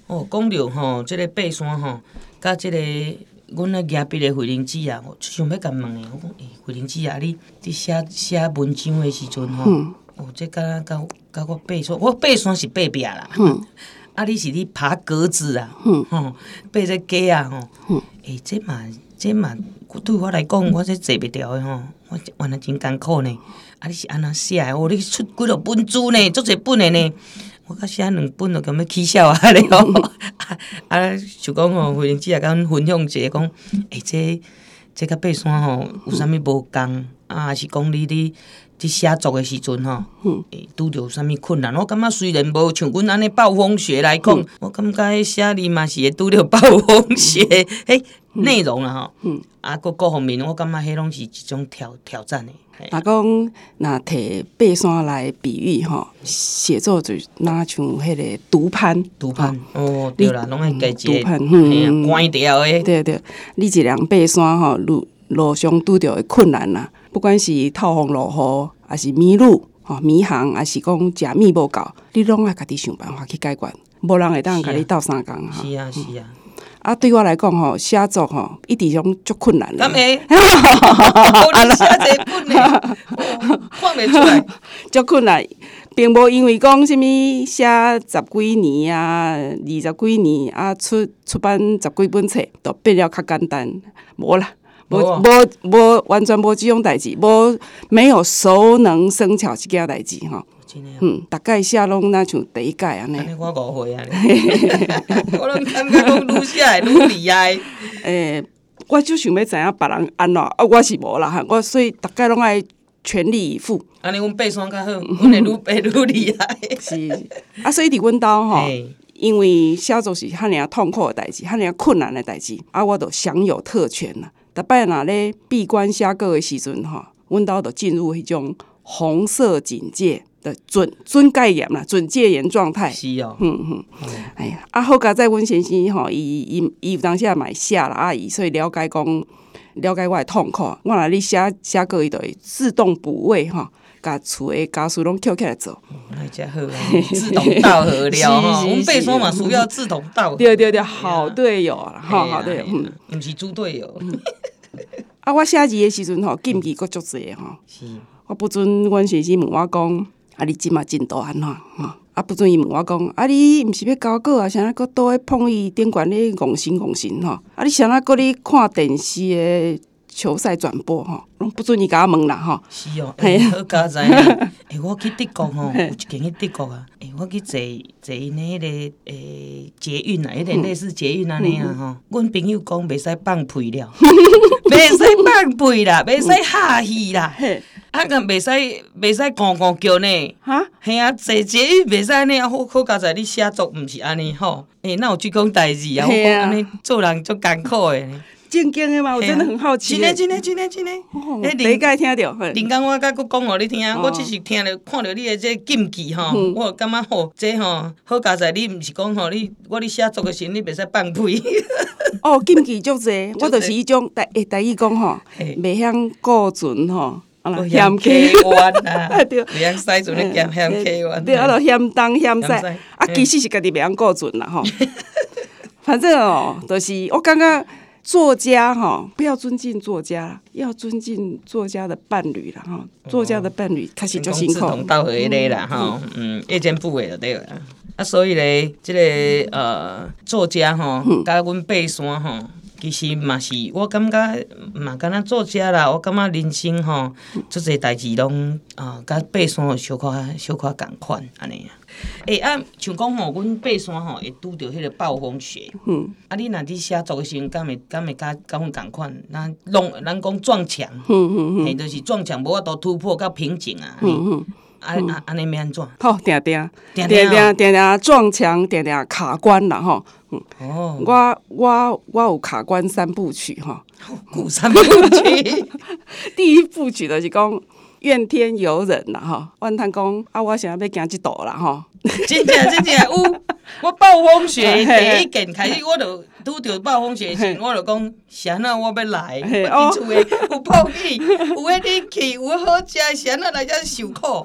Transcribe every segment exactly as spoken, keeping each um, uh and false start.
哦，讲到吼，即、这个爬山吼，甲即、这个阮咧举笔的慧玲姐啊，我想要甲问诶，我讲诶，慧玲姐啊，你伫写写文章的时阵吼，嗯、哦，这敢若甲甲我爬山，我爬山是爬壁啦，嗯、啊，你是你爬格子啊，吼、嗯，爬这架啊，吼，嗯，诶，这嘛这嘛对我来讲，我这坐袂牢的吼，我原来真艰苦呢。啊，你是安怎写的？哦，你出几落本书呢？足侪本的呢。我甲写两本就咁要起笑啊咧吼。啊啊，就讲吼，慧玲姐也甲阮分享一下，讲，诶，这这甲爬山吼有啥物无共？啊，是讲你你伫写作的时阵吼，会拄着啥物困难？我感觉虽然无像阮安尼暴风雪来讲，我感觉迄写哩嘛是会拄着暴风雪迄内容啦吼。啊，各各方面，我感觉迄拢是一种挑挑战的。 若讲若摕爬山来比喻吼，写作就哪像迄个独攀， 独攀哦，对啦，拢爱家己独攀， 嘿啊，关掉的。 对对，你一人爬山吼，路路上拄着的困难啦，不管是透风落雨，还是迷路吼迷航，还是讲食米无够，你拢爱家己想办法去解决，无人会当甲你斗相共哈。 是啊，是啊。 啊，对我来讲吼，写作吼一直种足困难的。 敢会？哦，你写这本呢，看袂出来。 足困难，并无因为讲什物写十几年啊、二十几年啊，出出版十几本册，就变了较简单。无啦，无无无完全无即种代志，无没有熟能生巧即件代志吼。嗯，大概写拢那像第一届安尼。 安尼我误会啊！我拢感觉讲愈写会愈厉害。 诶，我就想要知影别人安怎，啊，我是无啦哈，我所以大概拢爱全力以赴。 安尼阮爬山较好，阮会愈爬愈厉害。 是，啊，所以伫阮兜吼，因为写作是遐尔痛苦的代志，遐尔困难的代志，啊，我就享有特权啦。逐摆若咧闭关写稿的时阵吼，阮兜就进入迄种红色警戒。的准准戒严啦，准戒严状态。 是哦， 嗯嗯，哎呀，啊好佳在阮先生吼，伊伊伊有当时也嘛会写啦，啊伊所以了解讲，了解我的痛苦。我若咧写写过，伊就会自动补位吼，甲厝的家事拢捡起来做。 那真好啊，志同道合了吼。我们爬山嘛，需要志同道合。 对对对，好队友啦，吼好队友，嗯， 毋是猪队友。 啊，我写字的时阵吼，禁忌阁足济吼。是。我不准阮先生问我讲。啊！你即马进度安怎吼？啊！不准伊问我讲，啊！你毋是要交稿啊？啥仔搁倒咧碰伊顶悬咧戆神戆神吼？啊！你啥仔搁咧看电视诶球赛转播吼？拢不准伊甲我问啦吼。 是哦，欸、好佳哉呢！诶，我去德国吼，有一间去德國啊。诶，我去坐坐因迄个诶捷運啊，有點類似捷運安尼啊吼。阮朋友講袂使放屁了，袂使放屁啦，袂使哈氣啦。啊，咁袂使袂使講講叫呢？哈，係啊，坐捷運袂使安尼啊，好好佳哉你寫作毋是安尼吼。诶，哪有這種代志啊？我講安尼做人足艱苦誒。 正經的嘛，我真的很好奇。 真的真的真的真的。 誒，第一屆聽到。 林剛我甲佫講互你聽，我只是聽着看着你的這禁忌吼，我感覺吼，這吼好佳哉，你毋是講吼，你我咧寫作的時候，你袂使放屁。 哦，禁忌足濟，我就是迄種第誒第一講吼，袂曉顧船吼。 嫌溪灣啊，對，袂曉駛船咧嫌嫌溪灣。 對，啊，就嫌東嫌西，啊，其實是家己袂曉顧船啦吼。反正哦，就是我感覺作家哈，不要尊敬作家，要尊敬作家的伴侶啦哈。作家的伴侶確實就辛苦。志同道合迄個啦吼，嗯，夜間部的就對啦。啊，所以咧，即個呃作家吼，甲阮爬山吼。其實嘛是，我感覺嘛，敢若作家啦，我感覺人生吼，足濟代志攏啊，甲爬山有小可小可共款安尼啊。誒啊，像講吼，阮爬山吼會拄着迄個暴風雪。嗯。啊，你若佇寫作誒時陣，敢會敢會甲甲阮共款？咱弄咱講撞牆。嗯嗯嗯。嘿，就是撞牆，無法度突破到瓶頸啊。嗯嗯。啊啊，安尼要安怎？ 好，定定定定定定撞牆，定定卡關啦吼。嗯，哦，我我我有卡關三部曲吼。 古三部曲， 第一部曲就是講怨天尤人啦吼。阮通講啊，我想要要行即道啦吼。 真正真正有，我暴風雪第一件開始，我就拄着暴風雪時，我就講啥那我要來，我佇厝誒有泡麵，有迄冷氣，有好食，啥那來遮受苦。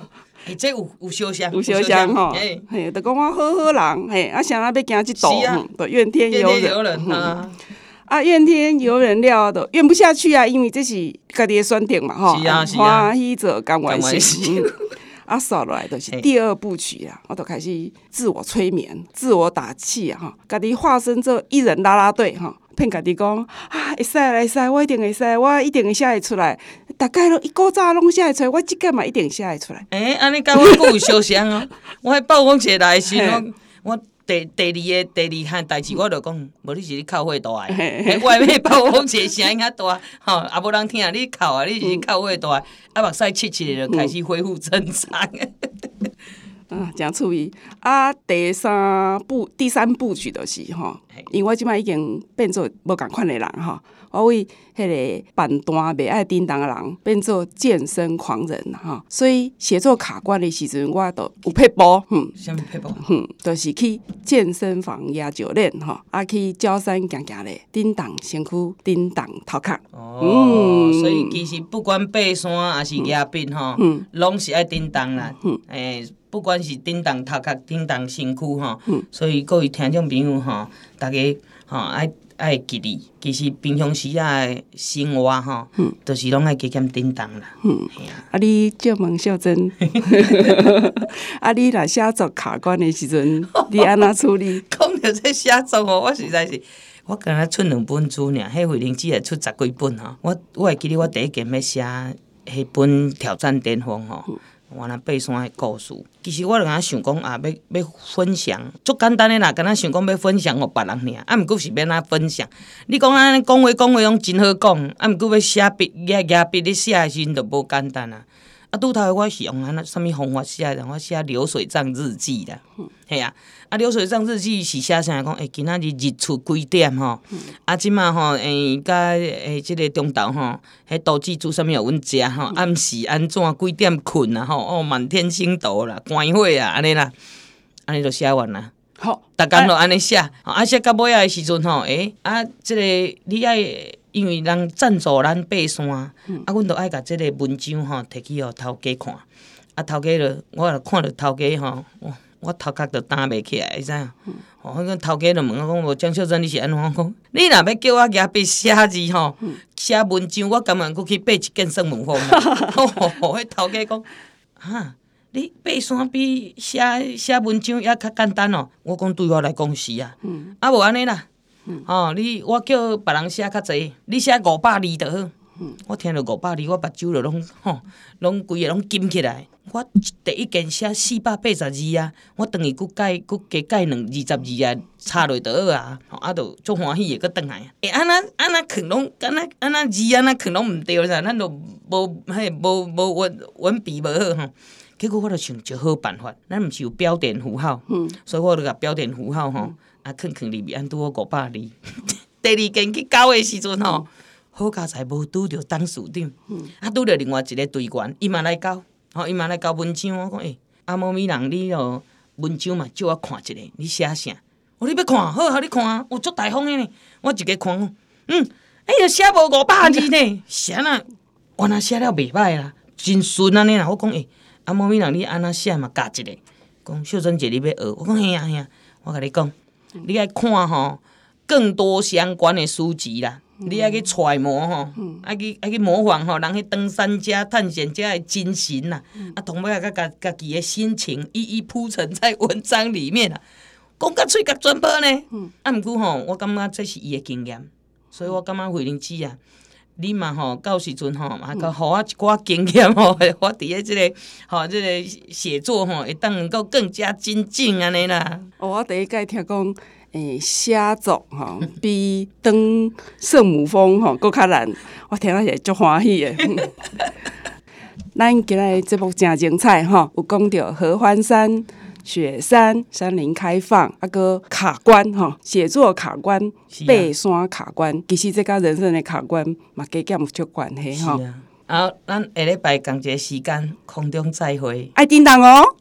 哎，这有有相像， 有相像吼，嘿，就讲我好好人，嘿，啊，啥人要行即道，就怨天尤人，怨天尤人啊。啊，怨天尤人了都怨不下去啊，因为这是家己的选择嘛，吼，欢喜做甘愿心。啊，扫落来就是第二部曲啊，我就开始自我催眠、自我打气啊，哈，家己化身做艺人啦啦队哈，骗家己讲啊，会使会使，我一定会使，我一定会写会出来。大概拢一古早拢写会出来，我即个嘛一定写会出来。 诶、欸，安尼甲我佫有相像哦。我迄曝光节来时，我我第第二个第二项代志，我就讲，无你是咧哭血大诶。外面曝光节声音较大，吼，也无人听，你哭啊，你是哭血大，啊目屎切切就开始恢复正常。 啊，真趣味啊！第三部第三部曲就是吼，因为我即摆已经变做无共款的人吼，我为迄个板段袂爱叮当的人变做健身狂人吼，所以写作卡关的时阵，我都有撇步，嗯， 啥物撇步？ 嗯，就是去健身房压脚练吼，啊去鸟山行行咧，叮当身躯，叮当头壳。 哦，嗯、所以其实不管爬山还是压冰吼，拢、嗯、是爱叮当啦，诶、嗯。欸不管是叮当头壳、叮当身躯吼，嗯、所以各位听众朋友吼，大家吼爱爱记哩。其实平常时啊生活吼，嗯、就是拢爱加减叮当啦。嗯， 啊，你借问小珍，啊，你若写作卡关的时阵，你安怎处理？ 讲到这写作吼，我实在是。我刚才出两本书尔，迄慧玲只会出十几本吼。我我会记得我第一件要写迄本挑战巅峰吼。嗯原来爬山的故事，其实我就敢想讲啊，要要分享，足简单的啦，敢若想讲要分享互别人尔，啊，毋过是要哪分享？你讲安尼讲话讲话拢真好讲，啊，毋过要写笔压压笔咧写的时阵就无简单啊。啊，拄头我是用安那啥物方法写的？我写流水账日记啦，嘿、嗯、啊，啊流水账日记是写啥？讲诶，今仔日日出几点吼？嗯、啊，即马吼诶，甲诶即个中昼吼，迄豆子煮啥物互阮食吼？嗯、暗时安怎几点困啊？吼哦，满天星斗啦，关火啊，安尼啦，安尼就写完啦。好，逐工就安尼写，啊写到尾仔的时阵吼，诶啊，即、這个你爱。因为人赞助咱爬山，嗯、啊，阮著爱甲即个文章吼摕去互头家看，啊，头家就我著看着头家吼，我我头壳著担袂起来，会知影？嗯、吼，迄个头家著问我讲：无江秀珍，你是安怎？我讲你若要叫我举笔写字吼，嗯、写文章，我甘愿佫去爬一件算文风啦。吼，迄头家讲：哈，你爬山比写写文章还较简单哦。我讲对我来讲是啊，嗯、啊无安尼啦。嗯、哦，你我叫别人写较济，你写五百字就好。嗯、我听着五百字，我目睭就拢吼，拢规个拢金起来。我第一件写四百八十字啊，我等于佫改佫加改两二十字啊，插落就好啊。吼，啊，就足欢喜的，佫转来。诶，安那安那囥拢，安那安那字安那囥拢毋对啥，咱就无嘿无无文文笔无好吼。结果我就想一个好办法，咱毋是有标点符号，嗯、所以我就甲标点符号吼。嗯啊，囥囥里面，安拄好五百字。第二件去交的时阵吼，嗯、好佳哉无拄着董事长，嗯、啊拄着另外一个队员，伊嘛来交，吼伊嘛来交文章。我讲诶，阿猫咪人你哦文章嘛借我看一下，你写啥？我你要看，好，互你看，我足大方的呢。我一个看，嗯，哎呀写无五百字呢，啥呐？我若写了袂歹啦，真顺安尼啦。我讲诶，阿猫咪人你安那写嘛教一个，讲秀珍姐你要学，我讲嘿啊嘿啊，我甲你讲。你爱看吼更多相关的书籍啦，嗯、你爱去揣摩吼，嗯、爱去爱去模仿吼，人迄登山家、探险家的精神啦，嗯、啊，同尾啊，甲家家己的心情一一铺陈在文章里面啦，讲甲喙甲全部呢。嗯、啊，毋过吼，我感觉这是伊的经验，所以我感觉慧玲姐啊，你嘛吼到时阵吼，啊，甲互我一寡经验吼，我伫咧即个吼即个写作吼，会当能够更加精进安尼啦。 哦，我第一届听讲，诶，写作吼比当圣母峰吼搁较难，我听了是足欢喜的。咱今日节目真精彩吼，有讲到合欢山、雪山、山林开放，啊个卡关吼，写作卡关、爬山卡关，其实这甲人生的卡关嘛加减有足关系吼。 啊，咱下礼拜同一个时间空中再会， 爱叮当哦。